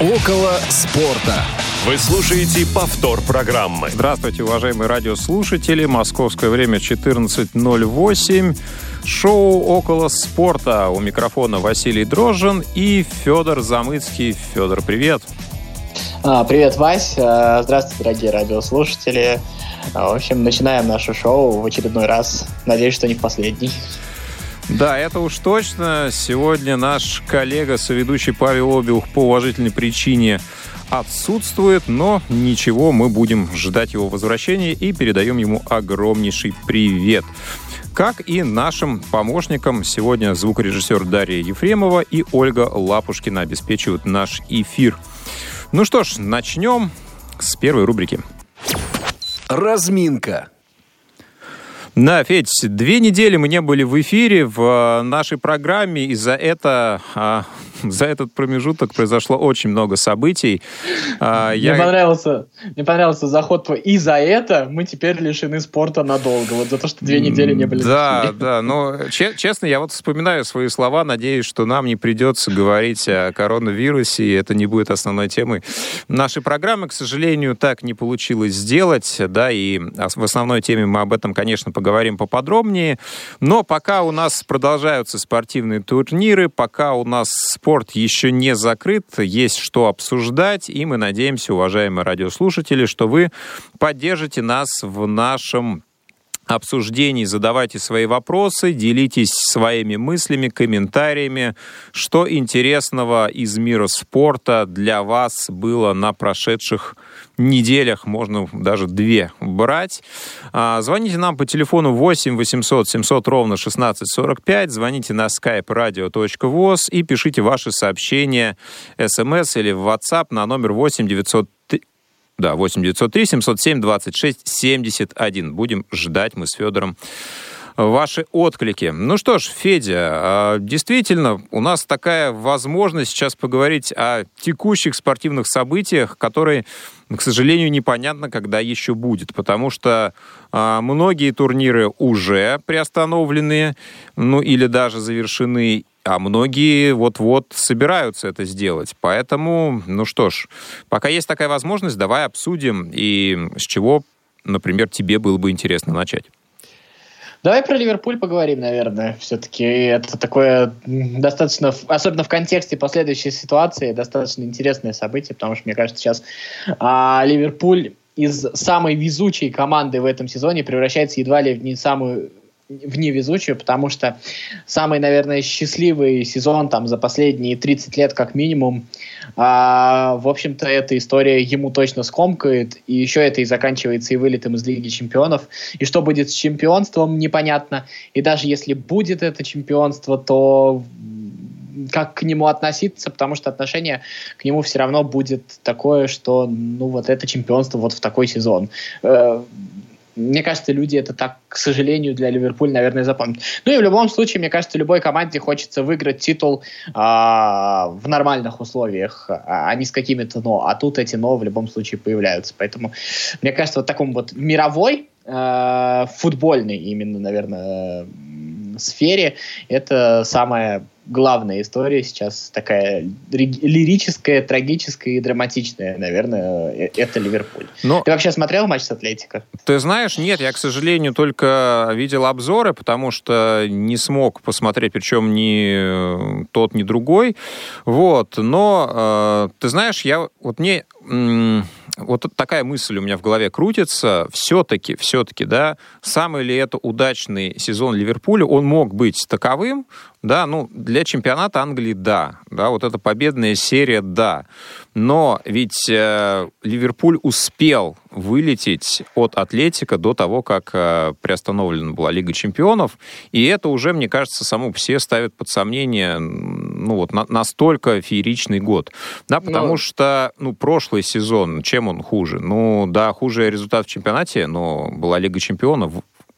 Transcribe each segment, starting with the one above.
Около спорта. Вы слушаете повтор программы. Здравствуйте, уважаемые радиослушатели. Московское время 14:08. Шоу «Около спорта». У микрофона Василий Дрожжин и Федор Замыцкий. Федор, привет. Привет, Вась. Здравствуйте, дорогие радиослушатели. В общем, начинаем наше шоу в очередной раз. Надеюсь, что не в последний. Да, это уж точно. Сегодня наш коллега, соведущий Павел Обиух по уважительной причине отсутствует, но ничего, мы будем ждать его возвращения и передаем ему огромнейший привет. Как и нашим помощникам, сегодня звукорежиссер Дарья Ефремова и Ольга Лапушкина обеспечивают наш эфир. Ну что ж, начнем с первой рубрики. Разминка. Да, Федь, 2 недели мы не были в эфире в нашей программе, и за этот промежуток произошло очень много событий. Мне понравился заход твой. И за это мы теперь лишены спорта надолго. Вот за то, что 2 недели не были в эфире. Да, но честно, я вот вспоминаю свои слова, надеюсь, что нам не придется говорить о коронавирусе, и это не будет основной темой нашей программы. К сожалению, так не получилось сделать, да, и в основной теме мы об этом, конечно, поговорим поподробнее. Но пока у нас продолжаются спортивные турниры, пока у нас спорт еще не закрыт, есть что обсуждать, и мы надеемся, уважаемые радиослушатели, что вы поддержите нас в нашем обсуждении, задавайте свои вопросы, делитесь своими мыслями, комментариями, что интересного из мира спорта для вас было на прошедших неделях, можно даже 2 брать. Звоните нам по телефону 8 800 700 ровно 1645, звоните на skype radio.voz и пишите ваши сообщения, смс или в WhatsApp на номер 8 903 707 26 71. Будем ждать мы с Федором ваши отклики. Ну что ж, Федя, действительно, у нас такая возможность сейчас поговорить о текущих спортивных событиях, которые, к сожалению, непонятно, когда еще будет, потому что многие турниры уже приостановлены, ну или даже завершены, а многие вот-вот собираются это сделать. Поэтому, ну что ж, пока есть такая возможность, давай обсудим, и с чего, например, тебе было бы интересно начать. Давай про Ливерпуль поговорим, наверное. Все-таки это такое достаточно, особенно в контексте последующей ситуации, достаточно интересное событие, потому что, мне кажется, сейчас Ливерпуль из самой везучей команды в этом сезоне превращается едва ли в не самую в невезучую, потому что самый, наверное, счастливый сезон там за последние 30 лет как минимум, в общем-то, эта история ему точно скомкает, и еще это и заканчивается и вылетом из Лиги Чемпионов. И что будет с чемпионством, непонятно. И даже если будет это чемпионство, то как к нему относиться, потому что отношение к нему все равно будет такое, что, ну, вот это чемпионство вот в такой сезон. Мне кажется, люди это так, к сожалению, для Ливерпуля, наверное, запомнят. Ну и в любом случае, мне кажется, любой команде хочется выиграть титул в нормальных условиях, а не с какими-то «но». А тут эти «но» в любом случае появляются. Поэтому, мне кажется, вот таком вот мировой, футбольной именно, наверное, сфере это самая главная история сейчас, такая лирическая, трагическая и драматичная, наверное, это Ливерпуль. Но ты вообще смотрел матч с Атлетико? Ты знаешь, нет, я, к сожалению, только видел обзоры, потому что не смог посмотреть, причем ни тот, ни другой. Вот, но ты знаешь, вот такая мысль у меня в голове крутится. Все-таки, да, самый ли это удачный сезон Ливерпуля, он мог быть таковым, да, ну, для чемпионата Англии, да, вот эта победная серия, да. Но ведь Ливерпуль успел вылететь от Атлетико до того, как приостановлена была Лига Чемпионов, и это уже, мне кажется, само по себе ставит под сомнение, ну, вот настолько фееричный год. Да, потому что, ну, прошлый сезон, чем он хуже? Ну, да, хуже результат в чемпионате, но была Лига Чемпионов,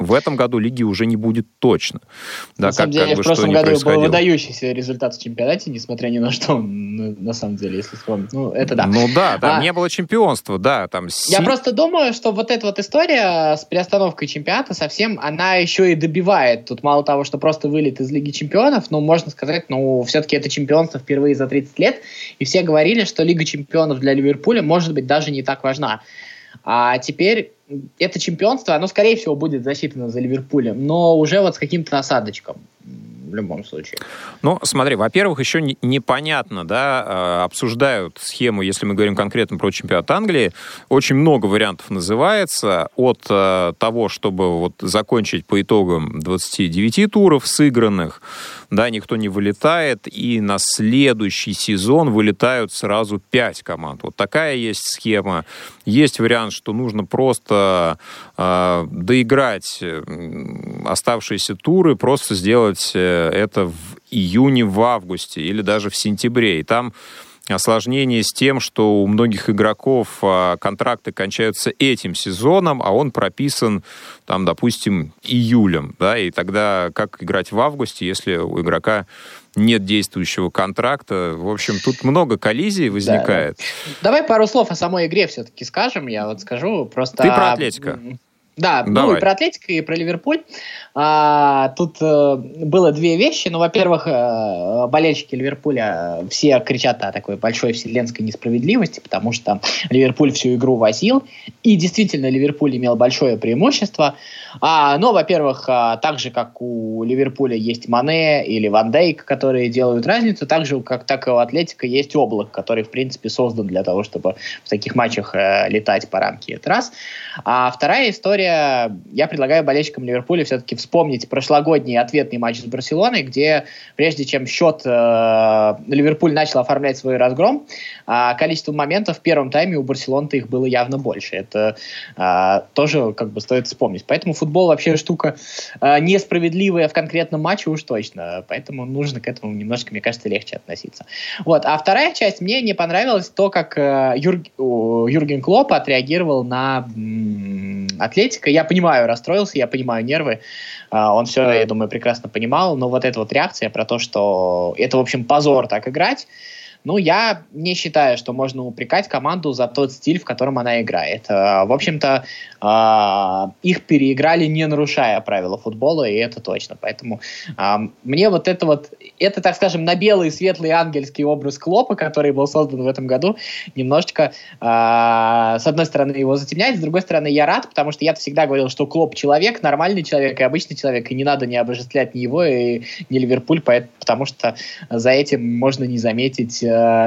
В этом году лиги уже не будет точно. Да, на самом деле, в прошлом году был выдающийся результат в чемпионате, несмотря ни на что, на самом деле, если вспомнить. Ну, это да. Ну да, там не было чемпионства, да. Там Я просто думаю, что вот эта вот история с приостановкой чемпионата совсем, она еще и добивает. Тут мало того, что просто вылет из Лиги чемпионов, ну, можно сказать, ну, все-таки это чемпионство впервые за 30 лет, и все говорили, что Лига чемпионов для Ливерпуля может быть даже не так важна. А теперь это чемпионство, оно, скорее всего, будет засчитано за Ливерпулем, но уже вот с каким-то осадочком. В любом случае. Ну, смотри, во-первых, еще непонятно, да, обсуждают схему, если мы говорим конкретно про чемпионат Англии, очень много вариантов называется, от того, чтобы вот закончить по итогам 29 туров сыгранных, да, никто не вылетает, и на следующий сезон вылетают сразу 5 команд. Вот такая есть схема. Есть вариант, что нужно просто доиграть оставшиеся туры, просто сделать это в июне, в августе или даже в сентябре. И там осложнение с тем, что у многих игроков контракты кончаются этим сезоном, а он прописан, там, допустим, июлем. Да? И тогда как играть в августе, если у игрока нет действующего контракта? В общем, тут много коллизий возникает. Да. Давай пару слов о самой игре все-таки скажем. Я вот скажу просто... Ты про Атлетико. Да, давай. Ну и про Атлетико, и про Ливерпуль. Тут было две вещи. Ну, во-первых, болельщики Ливерпуля все кричат о такой большой вселенской несправедливости, потому что Ливерпуль всю игру возил, и действительно Ливерпуль имел большое преимущество. Но, во-первых, так же, как у Ливерпуля есть Мане или Ван Дейк, которые делают разницу, так же, как и у Атлетико есть Облак, который, в принципе, создан для того, чтобы в таких матчах летать по рамке. Это раз. А вторая история. Я предлагаю болельщикам Ливерпуля все-таки вспомнить прошлогодний ответный матч с Барселоной, где прежде чем Ливерпуль начал оформлять свой разгром, количество моментов в первом тайме у Барселоны их было явно больше. Это тоже как бы стоит вспомнить. Поэтому футбол вообще штука несправедливая в конкретном матче уж точно. Поэтому нужно к этому немножко, мне кажется, легче относиться. Вот. А вторая часть, мне не понравилось то, как Юрген Клопп отреагировал на Атлетико. Я понимаю, расстроился, я понимаю нервы. Он все, я думаю, прекрасно понимал. Но вот эта вот реакция про то, что это, в общем, позор так играть, ну, я не считаю, что можно упрекать команду за тот стиль, в котором она играет. В общем-то, их переиграли, не нарушая правила футбола, и это точно. Поэтому мне вот это, так скажем, на белый, светлый ангельский образ Клоппа, который был создан в этом году, немножечко, с одной стороны, его затемняет, с другой стороны, я рад, потому что я всегда говорил, что Клопп человек, нормальный человек и обычный человек, и не надо не обожествлять ни его, и ни Ливерпуль, потому что за этим можно не заметить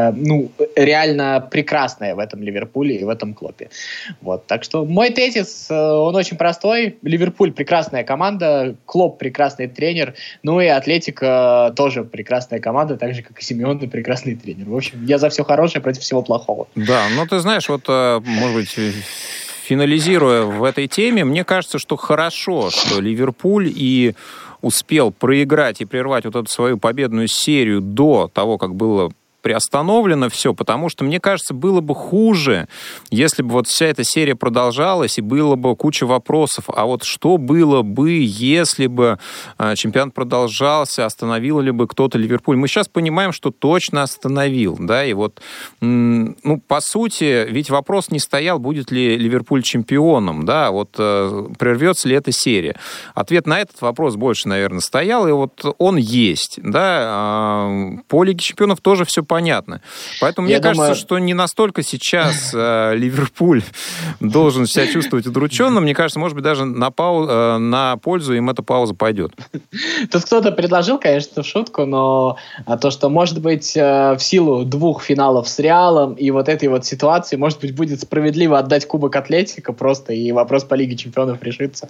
реально прекрасное в этом Ливерпуле и в этом Клоппе. Вот. Так что мой тезис, он очень простой. Ливерпуль прекрасная команда, Клопп прекрасный тренер, ну и Атлетико тоже прекрасная команда, так же, как и Симеоне прекрасный тренер. В общем, я за все хорошее против всего плохого. Да, ну ты знаешь, вот, может быть, финализируя в этой теме, мне кажется, что хорошо, что Ливерпуль и успел проиграть и прервать вот эту свою победную серию до того, как было приостановлено все, потому что, мне кажется, было бы хуже, если бы вот вся эта серия продолжалась, и было бы куча вопросов, а вот что было бы, если бы чемпионат продолжался, остановил ли бы кто-то Ливерпуль? Мы сейчас понимаем, что точно остановил, да, и вот, по сути, ведь вопрос не стоял, будет ли Ливерпуль чемпионом, да, вот прервется ли эта серия. Ответ на этот вопрос больше, наверное, стоял, и вот он есть, да, по Лиге чемпионов тоже все понятно. Поэтому мне кажется, что не настолько сейчас Ливерпуль должен себя чувствовать удрученным. Мне кажется, может быть, даже на пользу им эта пауза пойдет. Тут кто-то предложил, конечно, в шутку, но то, что, может быть, в силу 2 финалов с Реалом и вот этой вот ситуации, может быть, будет справедливо отдать Кубок Атлетико просто, и вопрос по Лиге чемпионов решится.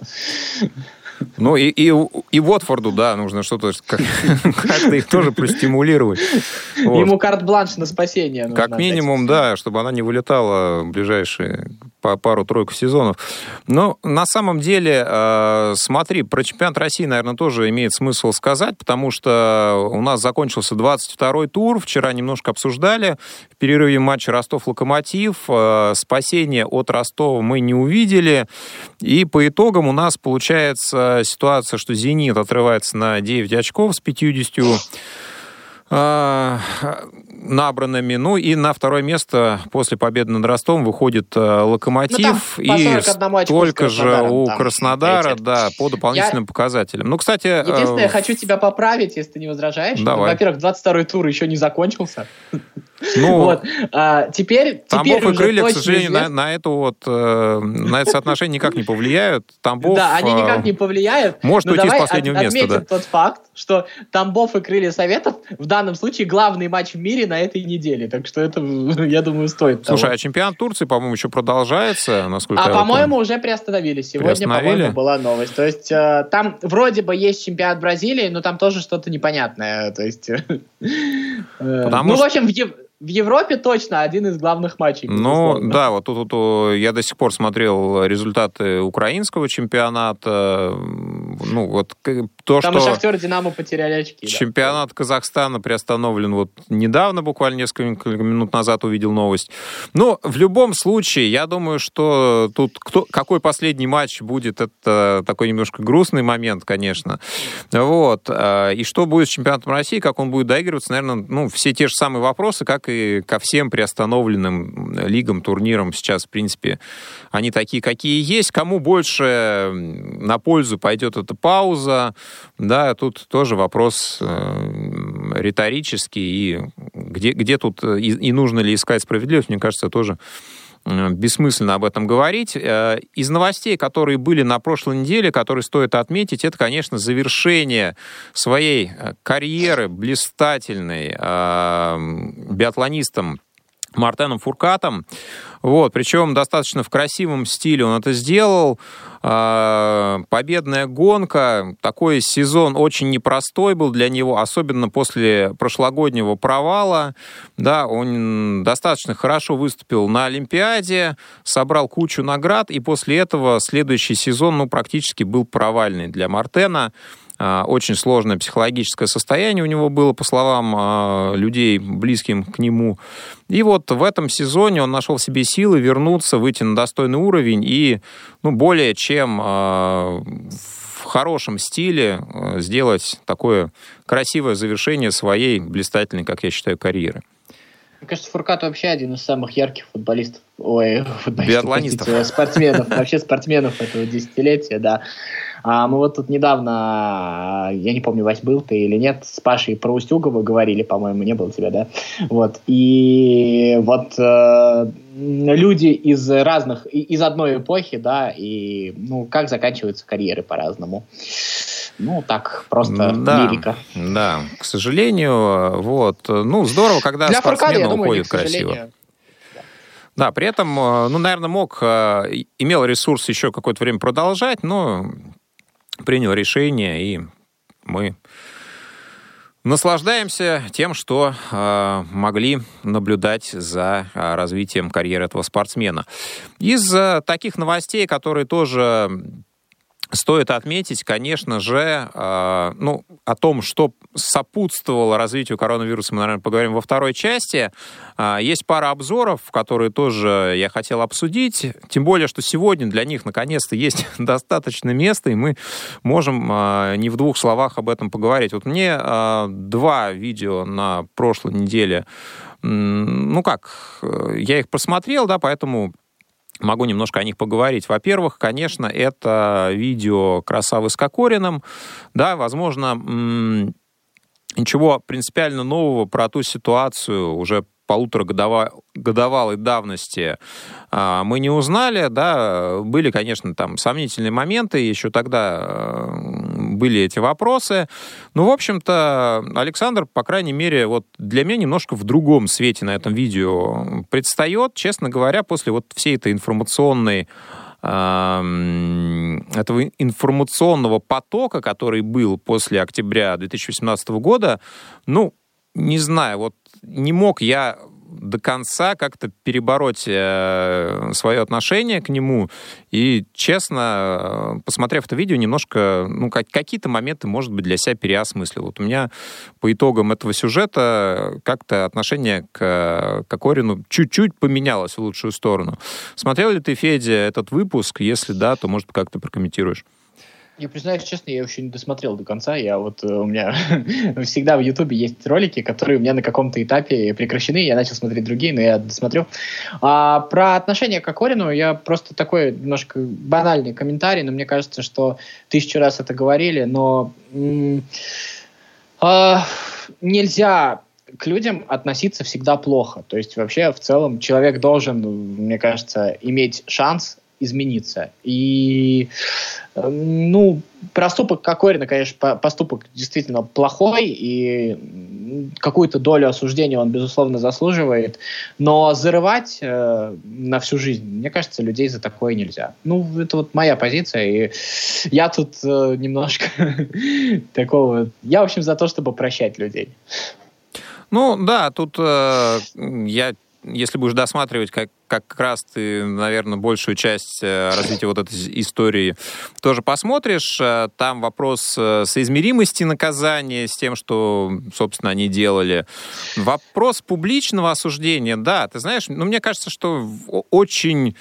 Ну, и Уотфорду, да, нужно что-то как-то их тоже простимулировать. Ему карт-бланш на спасение. Как минимум, да, чтобы она не вылетала в ближайшие пару-тройку сезонов. Но на самом деле, смотри, про чемпионат России, наверное, тоже имеет смысл сказать, потому что у нас закончился 22-й тур, вчера немножко обсуждали, в перерыве матча Ростов-Локомотив, спасения от Ростова мы не увидели, и по итогам у нас получается ситуация, что «Зенит» отрывается на 9 очков с 50 набранными. Ну и на второе место после победы над Ростовом выходит «Локомотив». И столько же у Краснодара, да, по дополнительным показателям. Ну, кстати... Единственное, я хочу тебя поправить, если ты не возражаешь. Давай. Во-первых, 22-й тур еще не закончился. Ну, вот. Теперь Тамбов и Крылья, к сожалению, известно... на это соотношение никак не повлияют. Тамбов... Да, они никак не повлияют. Может уйти с последнего места, да. Отметим тот факт, что Тамбов и Крылья Советов в данном случае главный матч в мире на этой неделе. Так что это, я думаю, стоит того. Слушай, а чемпионат Турции, по-моему, еще продолжается, насколько я помню. По-моему, уже приостановили. Сегодня, по-моему, была новость. То есть там вроде бы есть чемпионат Бразилии, но там тоже что-то непонятное. То есть... в общем, в Европе точно один из главных матчей. Ну, да, вот тут я до сих пор смотрел результаты украинского чемпионата. Ну, вот то, там что... и Шахтер, и Динамо потеряли очки. Чемпионат Казахстана приостановлен вот недавно, буквально несколько минут назад увидел новость. Но в любом случае, я думаю, что тут какой последний матч будет, это такой немножко грустный момент, конечно. Вот. И что будет с чемпионатом России, как он будет доигрываться, наверное, все те же самые вопросы, как и ко всем приостановленным лигам, турнирам сейчас, в принципе, они такие, какие есть. Кому больше на пользу пойдет эта пауза, да, тут тоже вопрос риторический, и где тут, и нужно ли искать справедливость, мне кажется, тоже бессмысленно об этом говорить. Из новостей, которые были на прошлой неделе, которые стоит отметить, это, конечно, завершение своей карьеры блистательной биатлонистом Мартеном Фуркатом. Вот, причем достаточно в красивом стиле он это сделал. Победная гонка. Такой сезон очень непростой был для него, особенно после прошлогоднего провала. Да, он достаточно хорошо выступил на Олимпиаде, собрал кучу наград, и после этого следующий сезон практически был провальный для Мартена. Очень сложное психологическое состояние у него было, по словам людей, близким к нему. И вот в этом сезоне он нашел в себе силы вернуться, выйти на достойный уровень и более чем в хорошем стиле сделать такое красивое завершение своей блистательной, как я считаю, карьеры. Мне кажется, Фуркат вообще один из самых ярких футболистов, биатлонистов. Спортсменов, вообще спортсменов этого десятилетия, да. Мы вот тут недавно, я не помню, Вась, был ты или нет, с Пашей про Устюгова говорили, по-моему, не было тебя, да? Вот. И вот люди из разных, из одной эпохи, да, и как заканчиваются карьеры по-разному. Так, просто лирика. Да, к сожалению, вот. Здорово, когда для спортсмены уходят красиво. Да, при этом, наверное, имел ресурс еще какое-то время продолжать, но принял решение, и мы наслаждаемся тем, что могли наблюдать за развитием карьеры этого спортсмена. Из таких новостей, которые тоже стоит отметить, конечно же, о том, что сопутствовало развитию коронавируса, мы, наверное, поговорим во второй части. Есть пара обзоров, которые тоже я хотел обсудить, тем более, что сегодня для них, наконец-то, есть достаточно места, и мы можем не в двух словах об этом поговорить. Вот мне два видео на прошлой неделе, я их просмотрел, да, поэтому могу немножко о них поговорить. Во-первых, конечно, это видео Красавы с Кокориным. Да, возможно, ничего принципиально нового про ту ситуацию уже полуторагодовалой давности мы не узнали. Да, были, конечно, там сомнительные моменты, еще тогда были эти вопросы. В общем-то, Александр, по крайней мере, вот для меня немножко в другом свете на этом видео предстает. Честно говоря, после вот всей этой этого информационного потока, который был после октября 2018 года, не знаю, вот не мог я до конца как-то перебороть свое отношение к нему. И, честно, посмотрев это видео, немножко, какие-то моменты, может быть, для себя переосмыслил. Вот у меня по итогам этого сюжета как-то отношение к Кокорину чуть-чуть поменялось в лучшую сторону. Смотрел ли ты, Федя, этот выпуск? Если да, то, может, как ты прокомментируешь? Я признаюсь честно, я еще не досмотрел до конца. У меня всегда в Ютубе есть ролики, которые у меня на каком-то этапе прекращены. Я начал смотреть другие, но я досмотрю. Про отношение к Кокорину я просто такой немножко банальный комментарий, но мне кажется, что 1000 раз это говорили, но нельзя к людям относиться всегда плохо. То есть вообще в целом человек должен, мне кажется, иметь шанс измениться. И, проступок Кокорина, конечно, поступок действительно плохой, и какую-то долю осуждения он, безусловно, заслуживает, но зарывать на всю жизнь, мне кажется, людей за такое нельзя. Это вот моя позиция, и я тут немножко такого... Я, в общем, за то, чтобы прощать людей. Тут если будешь досматривать, как раз ты, наверное, большую часть развития вот этой истории тоже посмотришь. Там вопрос соизмеримости наказания с тем, что, собственно, они делали. Вопрос публичного осуждения, да, ты знаешь, мне кажется, что очень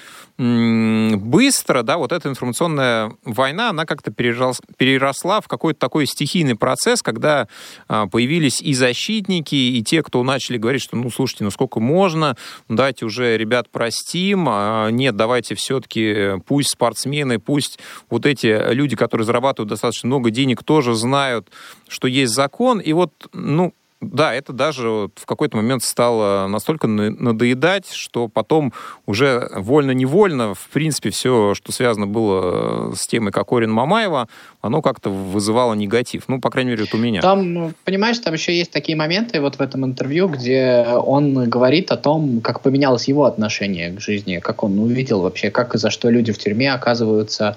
быстро, да, вот эта информационная война, она как-то переросла в какой-то такой стихийный процесс, когда появились и защитники, и те, кто начали говорить, что, слушайте, сколько можно, давайте уже ребят простим, нет, давайте все-таки пусть спортсмены, пусть вот эти люди, которые зарабатывают достаточно много денег, тоже знают, что есть закон, и вот, да, это даже в какой-то момент стало настолько надоедать, что потом уже вольно-невольно, в принципе, все, что связано было с темой Кокорина-Мамаева, оно как-то вызывало негатив. По крайней мере, вот у меня. Там, понимаешь, там еще есть такие моменты вот в этом интервью, где он говорит о том, как поменялось его отношение к жизни, как он увидел вообще, как и за что люди в тюрьме оказываются,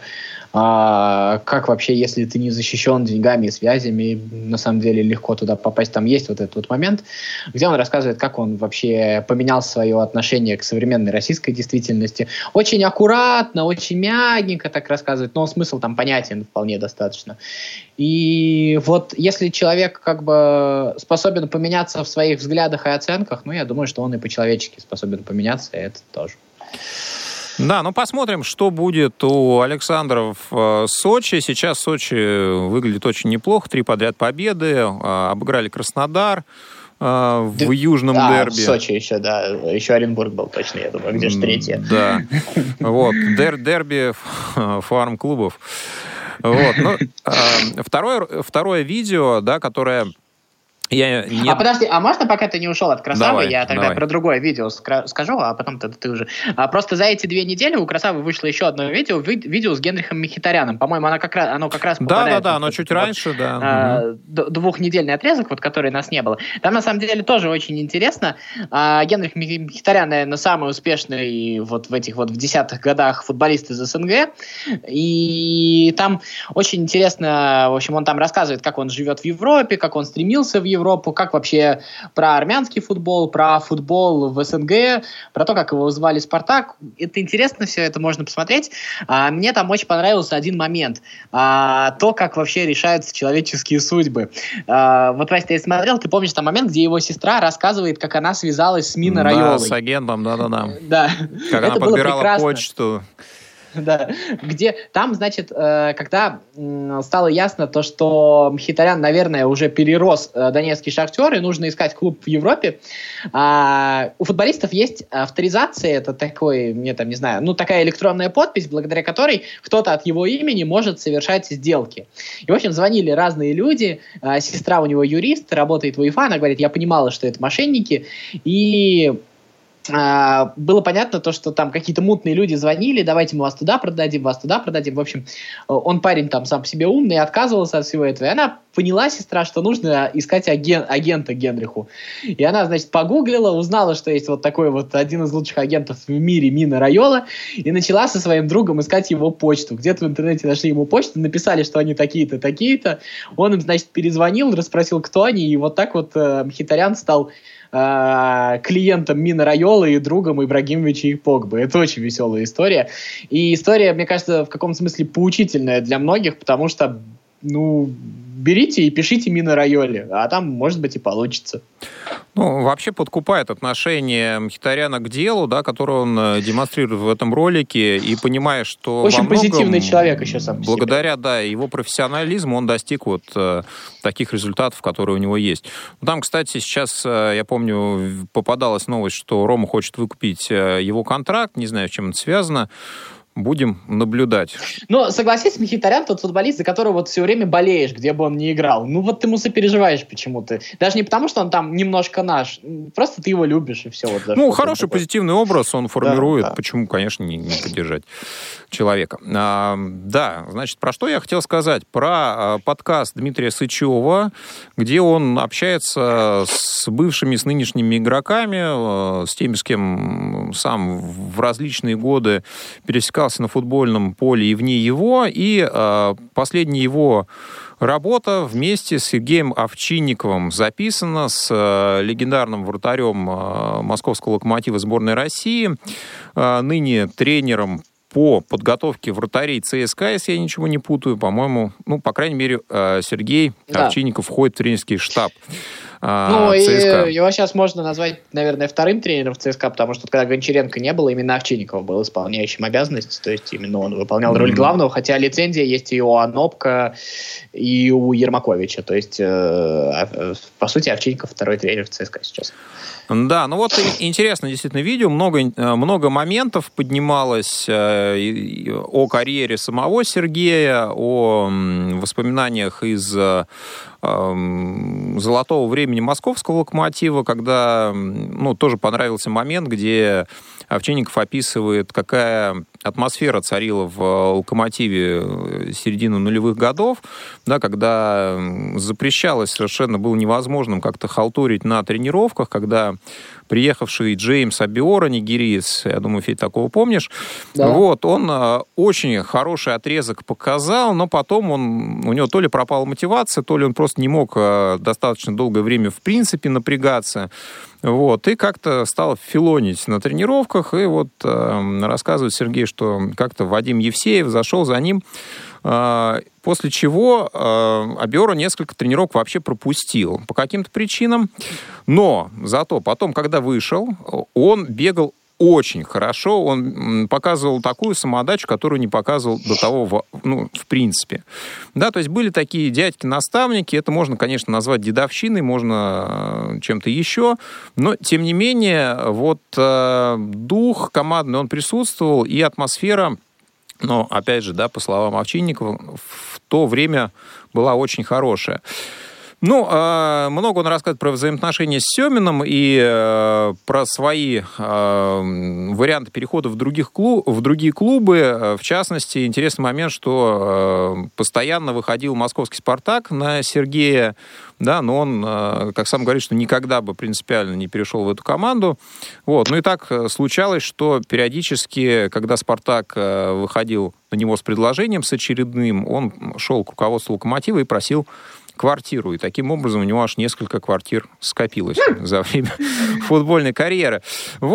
как вообще, если ты не защищен деньгами и связями, на самом деле легко туда попасть. Там есть вот этот вот момент, где он рассказывает, как он вообще поменял свое отношение к современной российской действительности. Очень аккуратно, очень мягенько так рассказывает, но смысл там понятен вполне достаточно. И вот если человек как бы способен поменяться в своих взглядах и оценках, я думаю, что он и по-человечески способен поменяться, и это тоже. Да, посмотрим, что будет у Александра в Сочи. Сейчас Сочи выглядит очень неплохо. 3 подряд победы. Обыграли Краснодар в южном дерби. В Сочи еще, да. Еще Оренбург был точно, я думаю, где же 3-е. Да. Вот. Дерби фарм-клубов. Вот. Второе видео, да, которое... Подожди, можно, пока ты не ушел от Красавы, я тогда про другое видео скажу, а потом ты уже... Просто за эти 2 недели у Красавы вышло еще одно видео с Генрихом Мхитаряном. По-моему, оно как раз попадает... Да, оно чуть раньше, да. 2-недельный отрезок, который нас не было. Там, на самом деле, тоже очень интересно. Генрих Мхитарян, наверное, самый успешный вот в этих вот в 10-х годах футболист из СНГ. И там очень интересно, в общем, он там рассказывает, как он живет в Европе, как он стремился в Европу, как вообще про армянский футбол, про футбол в СНГ, про то, как его звали «Спартак». Это интересно, все это можно посмотреть. Мне там очень понравился один момент. То, как вообще решаются человеческие судьбы. Вот, Вась, ты смотрел, ты помнишь там момент, где его сестра рассказывает, как она связалась с Миной Райолой. Да, с агентом, да. Да. Как она подбирала почту. Да, где там, значит, когда стало ясно то, что Мхитарян, наверное, уже перерос донецкий «Шахтер», и нужно искать клуб в Европе, у футболистов есть авторизация, это такой, такая электронная подпись, благодаря которой кто-то от его имени может совершать сделки. И, в общем, звонили разные люди, сестра у него юрист, работает в УЕФА, она говорит, я понимала, что это мошенники, и... было понятно то, что там какие-то мутные люди звонили, давайте мы вас туда продадим. В общем, он парень там сам по себе умный, отказывался от всего этого. И она поняла, сестра, что нужно искать агента Генриху. И она, значит, погуглила, узнала, что есть вот такой вот один из лучших агентов в мире, Мина Райола, и начала со своим другом искать его почту. Где-то в интернете нашли ему почту, написали, что они такие-то, такие-то. Он им, значит, перезвонил, расспросил, кто они, и вот так вот Мхитарян стал клиентом Мина Райолы и другом Ибрагимовича и Погбы. Это очень веселая история. И история, мне кажется, в каком-то смысле поучительная для многих, потому что, берите и пишите Мина Райоле, а там, может быть, и получится. Вообще подкупает отношение Мхитаряна к делу, да, которое он демонстрирует в этом ролике, и понимая, что очень во многом, позитивный человек еще сам по себе. Благодаря, его профессионализму он достиг таких результатов, которые у него есть. Там, кстати, сейчас, я помню, попадалась новость, что Рома хочет выкупить его контракт, не знаю, с чем это связано. Будем наблюдать. Согласись, Мхитарян тот футболист, за которого все время болеешь, где бы он ни играл. Ты ему сопереживаешь почему-то. Даже не потому, что он там немножко наш. Просто ты его любишь, и все. Хороший позитивный образ он формирует. Да. Почему, конечно, не поддержать человека. Значит, про что я хотел сказать? Про подкаст Дмитрия Сычева, где он общается с бывшими, с нынешними игроками, с теми, с кем сам в различные годы пересекался на футбольном поле и вне его, и последняя его работа вместе с Сергеем Овчинниковым записана, с легендарным вратарем московского «Локомотива» сборной России, ныне тренером по подготовке вратарей ЦСКА, если я ничего не путаю, по-моему, по крайней мере, Сергей Овчинников входит в тренерский штаб. ЦСКА. Его сейчас можно назвать, наверное, вторым тренером в ЦСКА, потому что когда Гончаренко не было, именно Овчинников был исполняющим обязанности, то есть именно он выполнял роль главного, хотя лицензия есть и у Анопка, и у Ермаковича, то есть, по сути, Овчинников второй тренер в ЦСКА сейчас. Да, интересно действительно видео, много моментов поднималось о карьере самого Сергея, о воспоминаниях из золотого времени московского «Локомотива», когда, тоже понравился момент, где Овчинников описывает, какая атмосфера царила в «Локомотиве» середины нулевых годов, да, когда запрещалось, совершенно было невозможным как-то халтурить на тренировках, когда приехавший Джеймс Абиора, нигериец, я думаю, Федь, такого помнишь, да. Он очень хороший отрезок показал, но потом у него то ли пропала мотивация, то ли он просто не мог достаточно долгое время в принципе напрягаться, и как-то стал филонить на тренировках, и рассказывает Сергей, что как-то Вадим Евсеев зашел за ним, после чего Абиора несколько тренировок вообще пропустил по каким-то причинам, но зато потом, когда вышел, он бегал очень хорошо, он показывал такую самоотдачу, которую не показывал до того, в принципе. Да, то есть были такие дядьки-наставники, это можно, конечно, назвать дедовщиной, можно чем-то еще, но, тем не менее, дух командный, он присутствовал, и атмосфера, опять же, по словам Овчинникова, в то время была очень хорошая. Много он рассказывает про взаимоотношения с Семиным и про свои варианты перехода в другие клубы. В частности, интересный момент, что постоянно выходил московский «Спартак» на Сергея, да, но он, как сам говорит, что никогда бы принципиально не перешел в эту команду. И так случалось, что периодически, когда «Спартак» выходил на него с предложением, с очередным, он шел к руководству «Локомотива» и просил квартиру. И таким образом у него аж несколько квартир скопилось за время футбольной карьеры.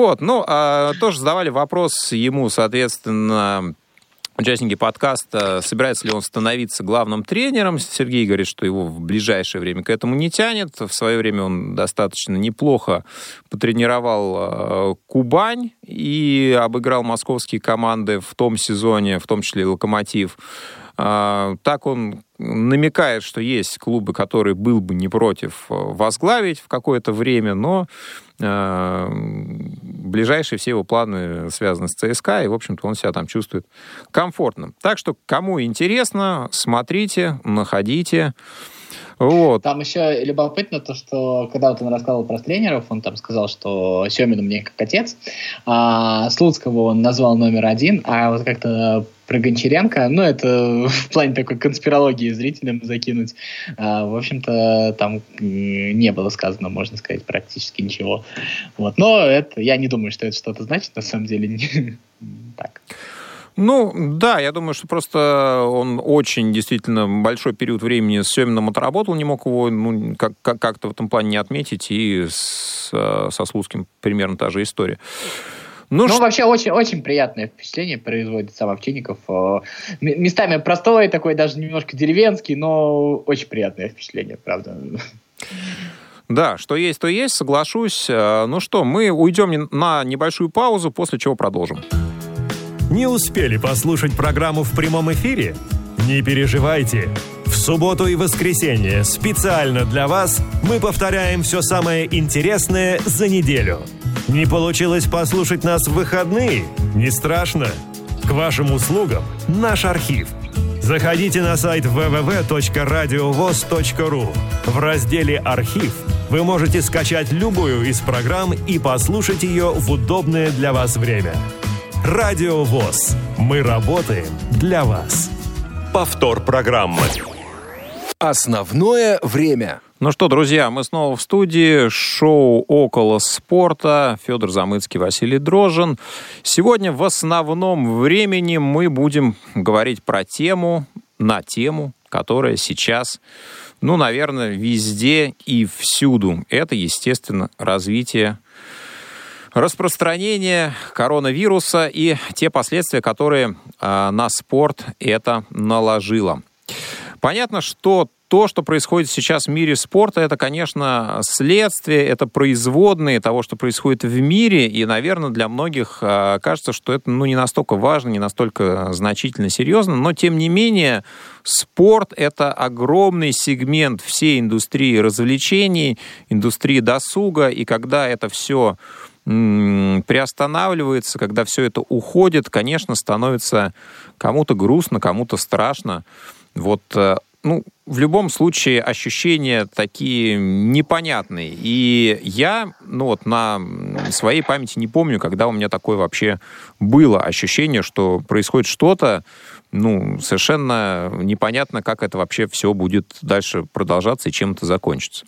Тоже задавали вопрос ему, соответственно, участники подкаста, собирается ли он становиться главным тренером. Сергей говорит, что его в ближайшее время к этому не тянет. В свое время он достаточно неплохо потренировал Кубань и обыграл московские команды в том сезоне, в том числе и «Локомотив». Так он намекает, что есть клубы, которые был бы не против возглавить в какое-то время, но ближайшие все его планы связаны с ЦСКА, и, в общем-то, он себя там чувствует комфортно. Так что, кому интересно, смотрите, находите. Там еще любопытно то, что когда он рассказывал про тренеров, он там сказал, что Семин мне как отец, Слуцкого он назвал номер 1, а как-то про Гончаренко, это в плане такой конспирологии зрителям закинуть, в общем-то, там не было сказано, можно сказать, практически ничего. Но это, я не думаю, что это что-то значит, на самом деле. Так. Ну, да, я думаю, что просто он очень действительно большой период времени с Семиным отработал, не мог его как-то в этом плане не отметить, и со Слуцким примерно та же история. Вообще очень приятное впечатление производит сам Овчинников. Местами простой, такой даже немножко деревенский, но очень приятное впечатление, правда. Да, что есть, то есть, соглашусь. Ну что, мы уйдем на небольшую паузу, после чего продолжим. Не успели послушать программу в прямом эфире? Не переживайте. В субботу и воскресенье специально для вас мы повторяем все самое интересное за неделю. Не получилось послушать нас в выходные? Не страшно. К вашим услугам наш архив. Заходите на сайт www.radiovoz.ru. В разделе «Архив» вы можете скачать любую из программ и послушать ее в удобное для вас время. Радио ВОС. Мы работаем для вас. Повтор программы. Основное время. Ну что, друзья, мы снова в студии. Шоу «Около спорта». Федор Замыцкий, Василий Дрожжин. Сегодня в основном времени мы будем говорить на тему, которая сейчас, наверное, везде и всюду. Это, естественно, распространение коронавируса и те последствия, которые на спорт это наложило. Понятно, что то, что происходит сейчас в мире спорта, это, конечно, следствие, это производные того, что происходит в мире, и, наверное, для многих кажется, что это не настолько важно, не настолько значительно, серьезно, но, тем не менее, спорт — это огромный сегмент всей индустрии развлечений, индустрии досуга, и когда это все приостанавливается, когда все это уходит, конечно, становится кому-то грустно, кому-то страшно. В любом случае ощущения такие непонятные. И я, на своей памяти не помню, когда у меня такое вообще было ощущение, что происходит что-то, совершенно непонятно, как это вообще все будет дальше продолжаться и чем это закончится.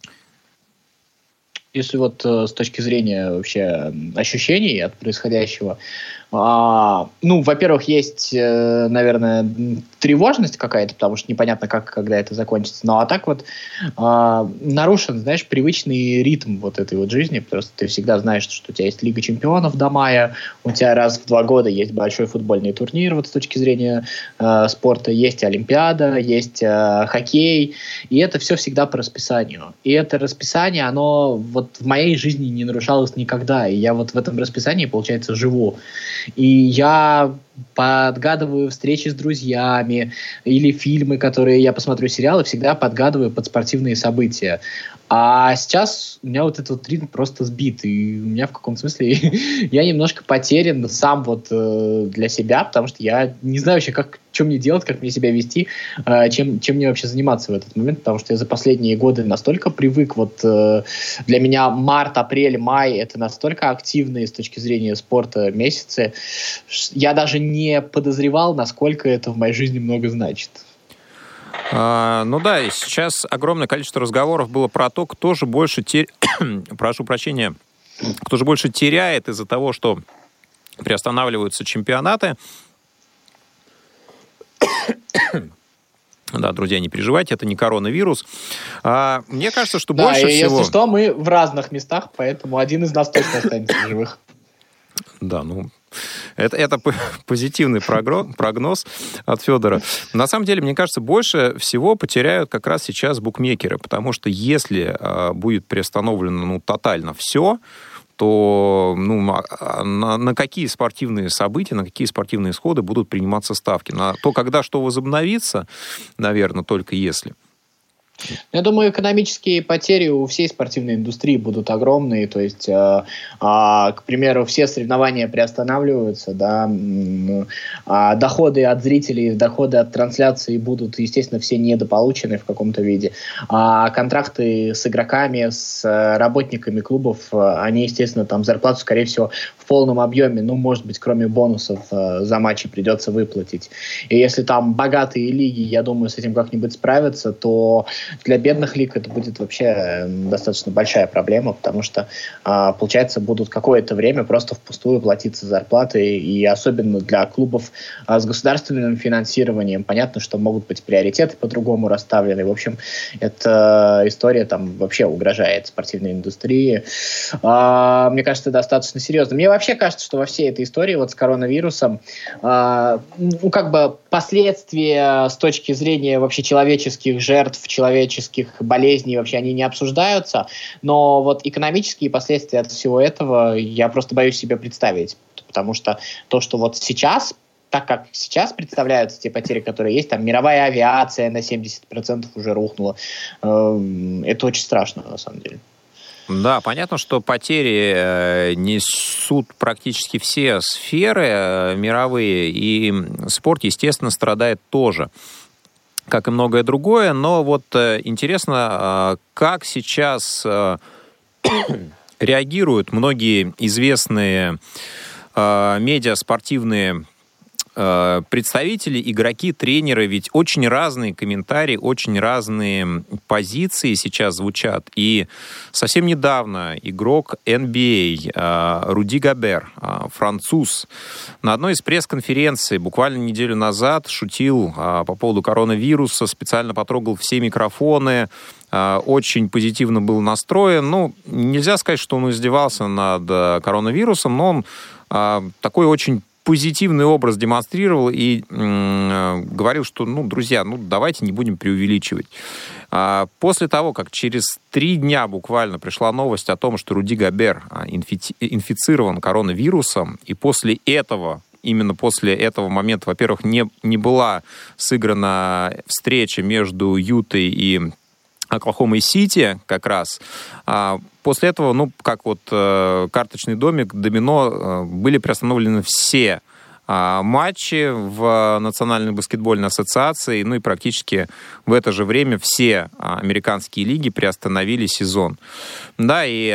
Если с точки зрения вообще ощущений от происходящего, во-первых, есть, наверное, тревожность какая-то, потому что непонятно, когда это закончится. Ну, а так нарушен, привычный ритм этой жизни. Просто ты всегда знаешь, что у тебя есть Лига чемпионов до мая, у тебя раз в 2 года есть большой футбольный турнир, с точки зрения спорта, есть Олимпиада, есть хоккей, и это все всегда по расписанию. И это расписание, оно в моей жизни не нарушалось никогда, и я в этом расписании, получается, живу. И я подгадываю встречи с друзьями или фильмы, которые я посмотрю, сериалы, всегда подгадываю под спортивные события. А сейчас у меня этот ритм просто сбит, и у меня в каком-то смысле я немножко потерян сам для себя, потому что я не знаю вообще, что мне делать, как мне себя вести, чем мне вообще заниматься в этот момент, потому что я за последние годы настолько привык, для меня март, апрель, май — это настолько активные с точки зрения спорта месяцы, я даже не подозревал, насколько это в моей жизни много значит. И сейчас огромное количество разговоров было про то, кто же больше кто же больше теряет из-за того, что приостанавливаются чемпионаты. Да, друзья, не переживайте, это не коронавирус. Мне кажется, что больше всего... если что, мы в разных местах, поэтому один из нас точно останется в живых. Да, это позитивный прогноз от Федора. На самом деле, мне кажется, больше всего потеряют как раз сейчас букмекеры, потому что если будет приостановлено тотально все, то на какие спортивные события, на какие спортивные исходы будут приниматься ставки? На то, когда что возобновится, наверное, только если. Я думаю, экономические потери у всей спортивной индустрии будут огромные. То есть, к примеру, все соревнования приостанавливаются, да, доходы от зрителей, доходы от трансляции будут, естественно, все недополучены в каком-то виде. Контракты с игроками, с работниками клубов, они, естественно, зарплату, скорее всего, в полном объеме, может быть, кроме бонусов за матчи придется выплатить. И если богатые лиги, я думаю, с этим как-нибудь справятся, то для бедных лиг это будет вообще достаточно большая проблема, потому что, получается, будут какое-то время просто впустую платиться зарплаты, и особенно для клубов с государственным финансированием. Понятно, что могут быть приоритеты по-другому расставлены. В общем, эта история там вообще угрожает спортивной индустрии. Мне кажется, достаточно серьезно. Мне вообще кажется, что во всей этой истории вот с коронавирусом последствия с точки зрения вообще человеческих жертв, человеческих болезней вообще они не обсуждаются, но вот экономические последствия от всего этого я просто боюсь себе представить, потому что то, что вот сейчас, так как сейчас представляются те потери, которые есть, там мировая авиация на 70% уже рухнула, это очень страшно на самом деле. Да, понятно, что потери несут практически все сферы мировые, и спорт, естественно, страдает тоже, как и многое другое. Но вот интересно, как сейчас реагируют многие известные медиаспортивные представители, игроки, тренеры, ведь очень разные комментарии, очень разные позиции сейчас звучат. И совсем недавно игрок NBA Руди Гобер, француз, на одной из пресс-конференций буквально неделю назад шутил по поводу коронавируса, специально потрогал все микрофоны, очень позитивно был настроен. Ну, нельзя сказать, что он издевался над коронавирусом, но он такой очень позитивный образ демонстрировал и говорил, что, друзья, давайте не будем преувеличивать. После того, как через 3 дня буквально пришла новость о том, что Руди Гобер инфицирован коронавирусом, и после этого, именно после этого момента, во-первых, не была сыграна встреча между Ютой и Оклахомой Сити как раз. После этого, как вот карточный домик, домино, были приостановлены все матчи в Национальной баскетбольной ассоциации, и практически в это же время все американские лиги приостановили сезон. Да, и,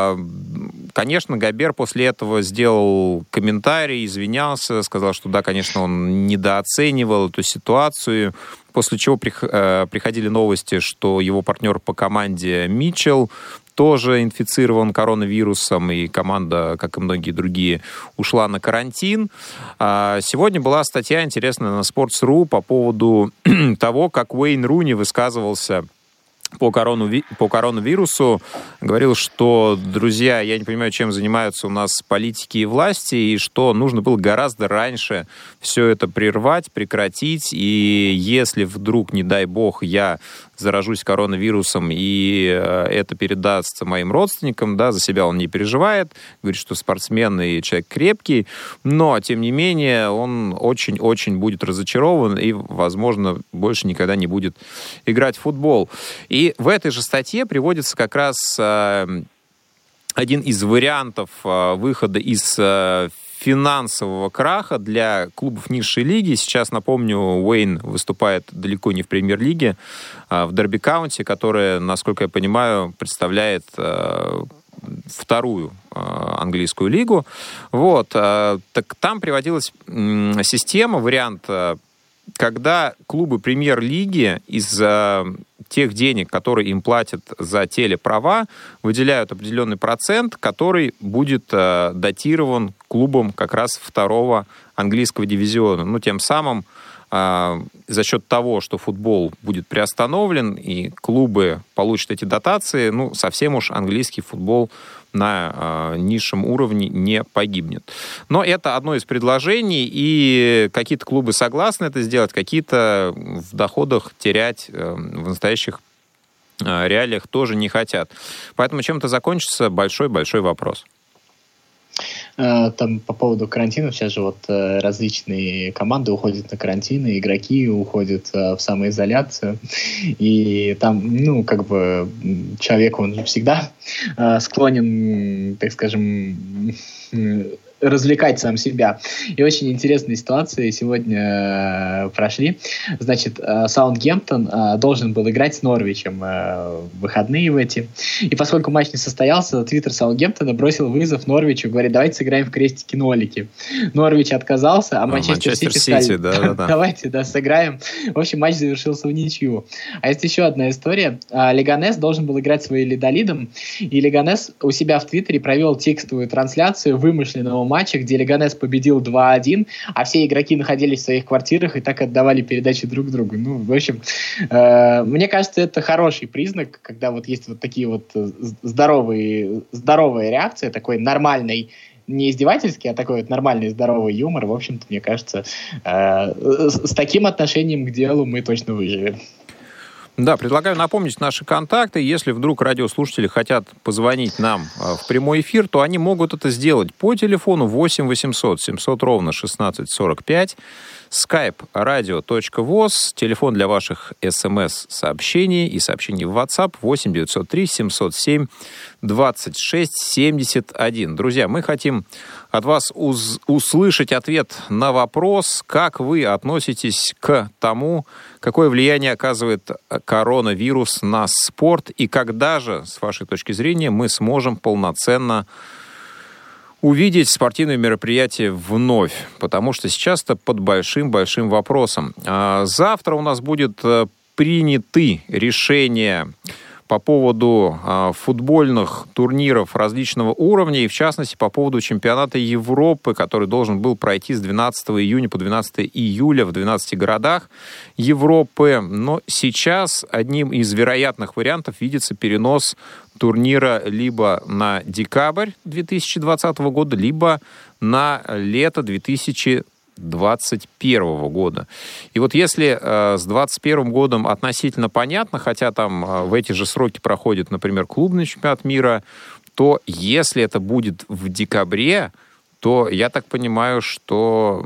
конечно, Гобер после этого сделал комментарий, извинялся, сказал, что да, конечно, он недооценивал эту ситуацию, после чего приходили новости, что его партнер по команде Митчелл тоже инфицирован коронавирусом, и команда, как и многие другие, ушла на карантин. Сегодня была статья интересная на Sports.ru по поводу того, как Уэйн Руни высказывался по коронавирусу. Говорил, что, друзья, я не понимаю, чем занимаются у нас политики и власти, и что нужно было гораздо раньше все это прервать, прекратить, и если вдруг, не дай бог, я заражусь коронавирусом, и это передастся моим родственникам, да, за себя он не переживает, говорит, что спортсмен и человек крепкий, но, тем не менее, он очень-очень будет разочарован и, возможно, больше никогда не будет играть в футбол. И в этой же статье приводится как раз один из вариантов выхода из финансового краха для клубов низшей лиги. Сейчас, напомню, Уэйн выступает далеко не в премьер-лиге, в Дерби-Каунти, которая, насколько я понимаю, представляет вторую английскую лигу. Вот. Так там приводилась система, вариант, когда клубы премьер-лиги из тех денег, которые им платят за телеправа, выделяют определенный процент, который будет датирован клубам как раз второго английского дивизиона. Тем самым за счет того, что футбол будет приостановлен и клубы получат эти дотации, совсем уж английский футбол на низшем уровне не погибнет. Но это одно из предложений, и какие-то клубы согласны это сделать, какие-то в доходах терять в настоящих реалиях тоже не хотят. Поэтому чем это закончится, большой-большой вопрос. Там по поводу карантина, сейчас же вот различные команды уходят на карантин, и игроки уходят в самоизоляцию, и там, человек, он всегда склонен, так скажем, развлекать сам себя. И очень интересные ситуации сегодня прошли. Значит, Саутгемптон должен был играть с Норвичем в выходные в эти. И поскольку матч не состоялся, твиттер Саутгемптона бросил вызов Норвичу, говорит, давайте сыграем в крестики-нолики. Норвич отказался, а Манчестер Сити сказали, давайте, сыграем. В общем, матч завершился в ничью. А есть еще одна история. Леганес должен был играть с Валладолидом, и Леганес у себя в твиттере провел текстовую трансляцию вымышленного матча, где Леганес победил 2-1, а все игроки находились в своих квартирах и так отдавали передачи друг другу. Ну, в общем, мне кажется, это хороший признак, когда вот есть вот такие вот здоровые реакции, такой нормальный, не издевательский, а такой вот нормальный здоровый юмор. В общем-то, мне кажется, с таким отношением к делу мы точно выживем. Да, предлагаю напомнить наши контакты. Если вдруг радиослушатели хотят позвонить нам в прямой эфир, то они могут это сделать по телефону 8 800 700 ровно 1645, skype radio.voz, телефон для ваших смс-сообщений и сообщений в WhatsApp 8 903 707 26 71. Друзья, мы хотим от вас услышать ответ на вопрос, как вы относитесь к тому, какое влияние оказывает коронавирус на спорт и когда же, с вашей точки зрения, мы сможем полноценно увидеть спортивные мероприятия вновь, потому что сейчас это под большим-большим вопросом. Завтра у нас будет приняты решения по поводу футбольных турниров различного уровня, и в частности по поводу чемпионата Европы, который должен был пройти с 12 июня по 12 июля в 12 городах Европы. Но сейчас одним из вероятных вариантов видится перенос турнира либо на декабрь 2020 года, либо на лето 2021 года. И вот если с 2021 годом относительно понятно, хотя там в эти же сроки проходит, например, клубный чемпионат мира, то если это будет в декабре, то я так понимаю, что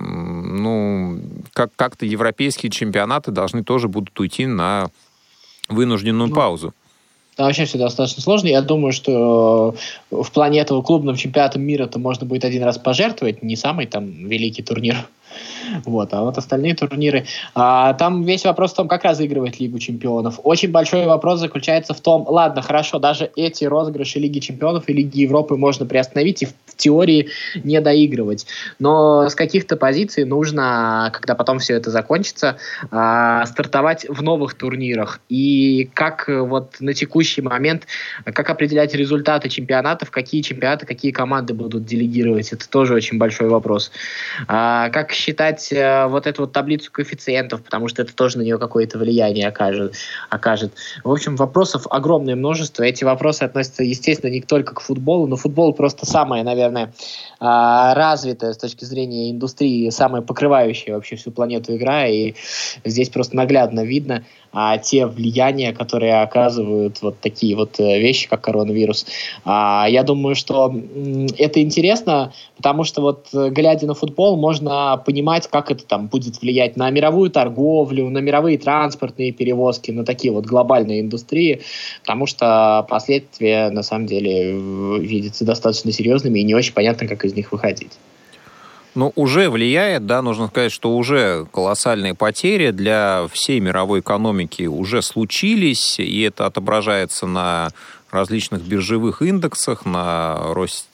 как-то европейские чемпионаты должны тоже будут уйти на вынужденную паузу. Там вообще все достаточно сложно. Я думаю, что в плане этого клубного чемпионата мира-то можно будет один раз пожертвовать, не самый там великий турнир. Вот, а вот остальные турниры. Там весь вопрос в том, как разыгрывать Лигу чемпионов. Очень большой вопрос заключается в том, ладно, хорошо, даже эти розыгрыши Лиги чемпионов и Лиги Европы можно приостановить и в теории не доигрывать. Но с каких-то позиций нужно, когда потом все это закончится, стартовать в новых турнирах. И как вот на текущий момент, как определять результаты чемпионатов, какие чемпионаты, какие команды будут делегировать, это тоже очень большой вопрос. Как считать вот эту вот таблицу коэффициентов, потому что это тоже на нее какое-то влияние окажет. В общем, вопросов огромное множество. Эти вопросы относятся, естественно, не только к футболу, но футбол просто самая, наверное, развитая с точки зрения индустрии, самая покрывающая вообще всю планету игра, и здесь просто наглядно видно те влияния, которые оказывают вот такие вот вещи, как коронавирус. Я думаю, что это интересно, потому что вот глядя на футбол, можно понимать, как это там будет влиять на мировую торговлю, на мировые транспортные перевозки, на такие вот глобальные индустрии, потому что последствия на самом деле видятся достаточно серьезными и не очень понятно, как из них выходить. Ну, уже влияет, да, нужно сказать, что уже колоссальные потери для всей мировой экономики уже случились, и это отображается на различных биржевых индексах, на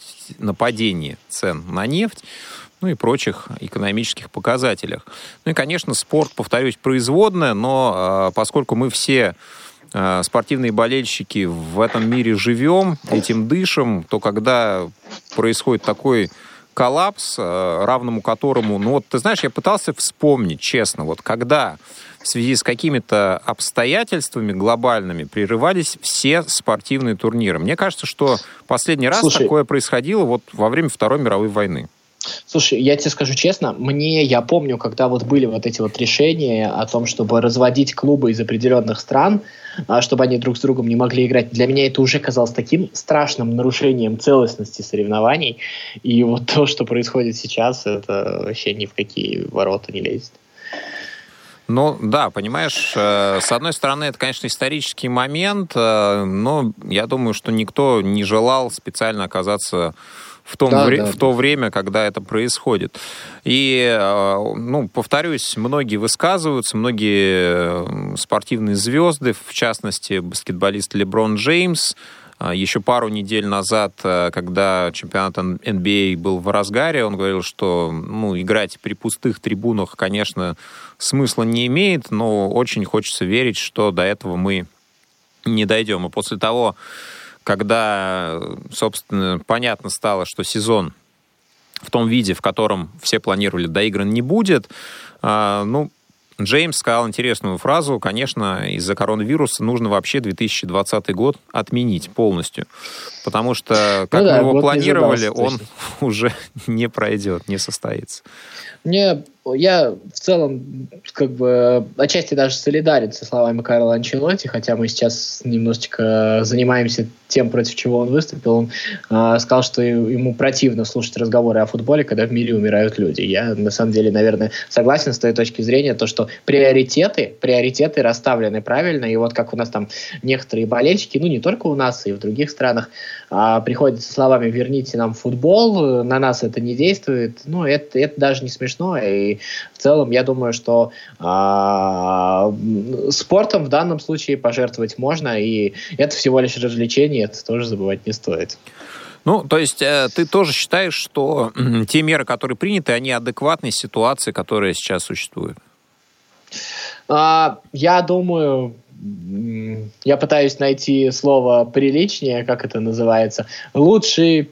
падении цен на нефть, ну и прочих экономических показателях. Ну и, конечно, спорт, повторюсь, производная, но поскольку мы все спортивные болельщики в этом мире живем, этим дышим, то когда происходит такой коллапс, равному которому... Ну вот, ты знаешь, я пытался вспомнить, честно, вот когда в связи с какими-то обстоятельствами глобальными прерывались все спортивные турниры. Мне кажется, что последний раз такое происходило вот во время Второй мировой войны. Слушай, я тебе скажу честно, я помню, когда вот были вот эти вот решения о том, чтобы разводить клубы из определенных стран, чтобы они друг с другом не могли играть, для меня это уже казалось таким страшным нарушением целостности соревнований, и вот то, что происходит сейчас, это вообще ни в какие ворота не лезет. Ну, да, понимаешь, с одной стороны, это, конечно, исторический момент, но я думаю, что никто не желал специально оказаться в то время, когда это происходит. И, повторюсь, многие высказываются, многие спортивные звезды, в частности, баскетболист Леброн Джеймс, еще пару недель назад, когда чемпионат NBA был в разгаре, он говорил, что играть при пустых трибунах, конечно, смысла не имеет, но очень хочется верить, что до этого мы не дойдем. И после того, когда, собственно, понятно стало, что сезон в том виде, в котором все планировали, доигран не будет, Джеймс сказал интересную фразу: конечно, из-за коронавируса нужно вообще 2020 год отменить полностью, потому что, как мы его планировали, он уже не пройдет, не состоится. Я в целом отчасти даже солидарен со словами Карла Анчелотти, хотя мы сейчас немножечко занимаемся тем, против чего он выступил. Он сказал, что ему противно слушать разговоры о футболе, когда в мире умирают люди. Я, на самом деле, наверное, согласен с той точки зрения, то, что приоритеты расставлены правильно, и вот как у нас там некоторые болельщики, не только у нас, и в других странах, приходят со словами «верните нам футбол», на нас это не действует, это даже не смешно, и в целом я думаю, что спортом в данном случае пожертвовать можно, и это всего лишь развлечение, это тоже забывать не стоит. То есть ты тоже считаешь, что те меры, которые приняты, они адекватны ситуации, которая сейчас существует? Я думаю, я пытаюсь найти слово приличнее, как это называется. Лучше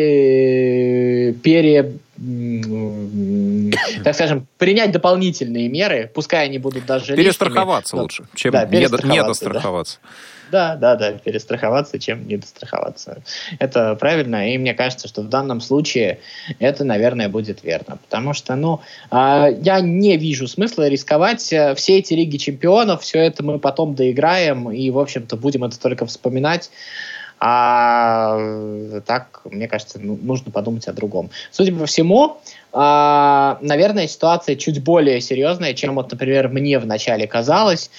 так скажем, принять дополнительные меры, пускай они будут даже лишними. Перестраховаться лучше, чем недостраховаться. Да, перестраховаться, чем недостраховаться. Это правильно, и мне кажется, что в данном случае это, наверное, будет верно. Потому что, я не вижу смысла рисковать. Все эти Лиги Чемпионов, все это мы потом доиграем, и, в общем-то, будем это только вспоминать. А так, мне кажется, нужно подумать о другом. Судя по всему, наверное, ситуация чуть более серьезная, чем, например, мне вначале казалось.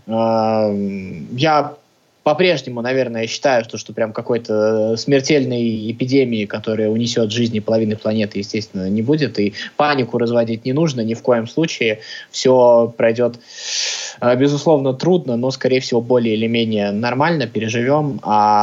Я по-прежнему, наверное, считаю, что прям какой-то смертельной эпидемии, которая унесет жизни половины планеты, естественно, не будет. И панику разводить не нужно ни в коем случае. Все пройдет, безусловно, трудно, но, скорее всего, более или менее нормально, переживем.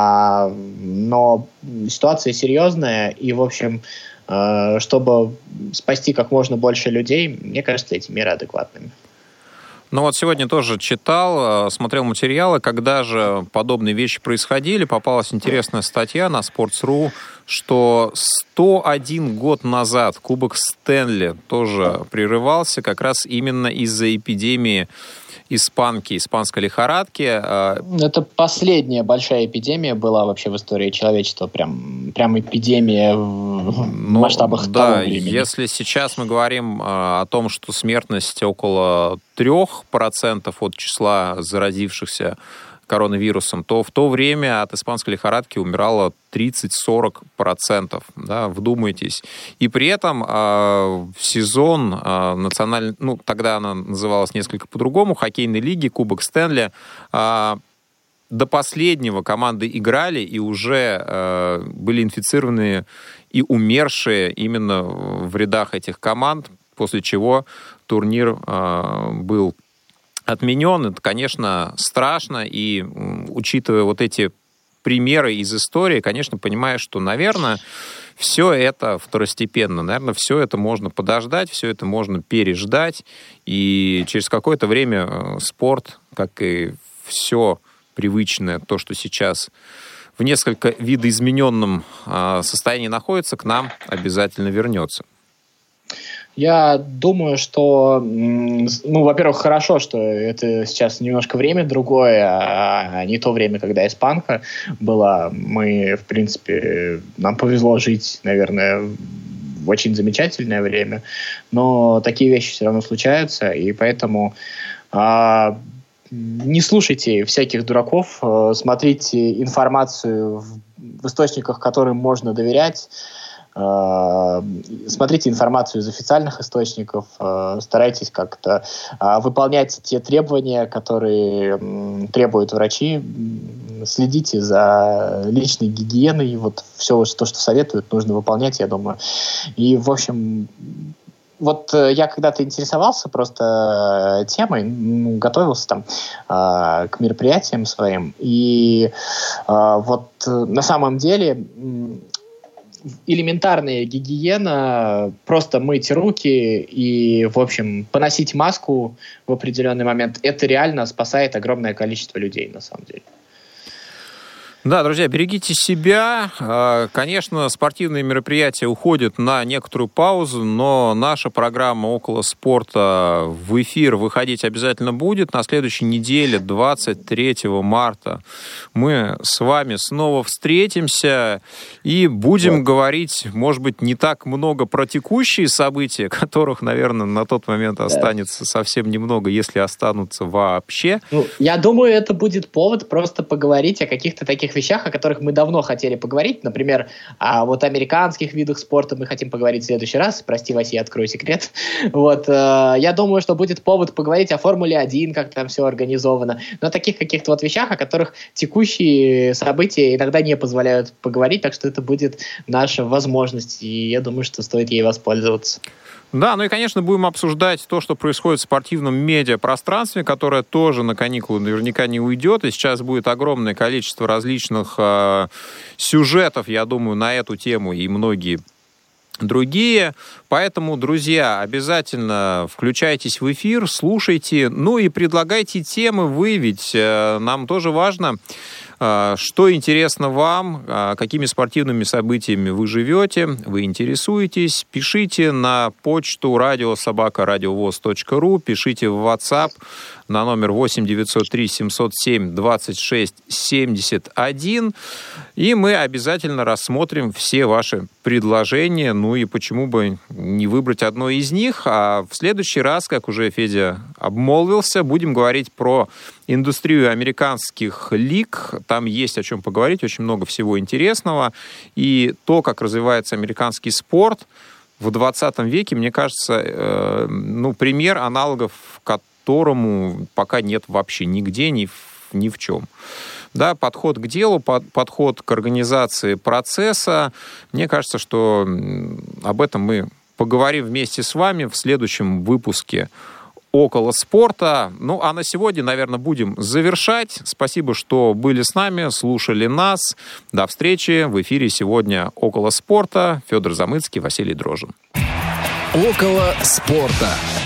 Но ситуация серьезная, и, в общем, чтобы спасти как можно больше людей, мне кажется, эти меры адекватными. Сегодня тоже читал, смотрел материалы, когда же подобные вещи происходили. Попалась интересная статья на Sports.ru, что 101 год назад Кубок Стэнли тоже прерывался как раз именно из-за эпидемии испанской лихорадки. Это последняя большая эпидемия была вообще в истории человечества. Прям эпидемия в масштабах того времени. Если сейчас мы говорим о том, что смертность около 3% от числа заразившихся коронавирусом, то в то время от испанской лихорадки умирало 30-40%. Да, вдумайтесь. И при этом в сезон национальной, тогда она называлась несколько по-другому, хоккейной лиги, Кубок Стэнли, до последнего команды играли и уже были инфицированные и умершие именно в рядах этих команд, после чего турнир был отменен. Это, конечно, страшно, и учитывая вот эти примеры из истории, конечно, понимаешь, что, наверное, все это второстепенно. Наверное, все это можно подождать, все это можно переждать, и через какое-то время спорт, как и все привычное, то, что сейчас в несколько видоизмененном состоянии находится, к нам обязательно вернется. Я думаю, что, во-первых, хорошо, что это сейчас немножко время другое, а не то время, когда испанка была. Мы, в принципе, нам повезло жить, наверное, в очень замечательное время, но такие вещи все равно случаются, и поэтому не слушайте всяких дураков, смотрите информацию в источниках, которым можно доверять. смотрите информацию из официальных источников, старайтесь как-то выполнять те требования, которые требуют врачи, следите за личной гигиеной, вот все то, что советуют, нужно выполнять, я думаю. И, в общем, вот я когда-то интересовался просто темой, готовился там к мероприятиям своим, и вот на самом деле элементарная гигиена, просто мыть руки и, в общем, поносить маску в определенный момент, это реально спасает огромное количество людей, на самом деле. Да, друзья, берегите себя. Конечно, спортивные мероприятия уходят на некоторую паузу, но наша программа «Около спорта» в эфир выходить обязательно будет. На следующей неделе, 23 марта, мы с вами снова встретимся и будем говорить, может быть, не так много про текущие события, которых, наверное, на тот момент останется совсем немного, если останутся вообще. Я думаю, это будет повод просто поговорить о каких-то таких вещах, о которых мы давно хотели поговорить. Например, о вот американских видах спорта мы хотим поговорить в следующий раз. Прости, Вася, открою секрет. Вот, я думаю, что будет повод поговорить о Формуле-1, как там все организовано. Но о таких каких-то вот вещах, о которых текущие события иногда не позволяют поговорить, так что это будет наша возможность, и я думаю, что стоит ей воспользоваться. Да, ну и, конечно, будем обсуждать то, что происходит в спортивном медиапространстве, которое тоже на каникулы наверняка не уйдет, и сейчас будет огромное количество различных сюжетов, я думаю, на эту тему и многие другие. Поэтому, друзья, обязательно включайтесь в эфир, слушайте, ну и предлагайте темы вы, ведь нам тоже важно, что интересно вам, какими спортивными событиями вы живете, вы интересуетесь. Пишите на почту radio@radiovoz.ru, пишите в WhatsApp на номер 8 903 707 26 71, и мы обязательно рассмотрим все ваши предложения, ну и почему бы не выбрать одно из них. А в следующий раз, как уже Федя обмолвился, будем говорить про индустрию американских лиг. Там есть о чем поговорить, очень много всего интересного. И то, как развивается американский спорт в 20 веке, мне кажется, пример аналогов, которому пока нет вообще нигде, ни в чем. Да, подход к делу, подход к организации процесса. Мне кажется, что об этом мы поговорим вместе с вами в следующем выпуске «Около спорта». Ну, а на сегодня, наверное, будем завершать. Спасибо, что были с нами, слушали нас. До встречи. В эфире сегодня «Около спорта». Федор Замыцкий, Василий Дрожжин. «Около спорта».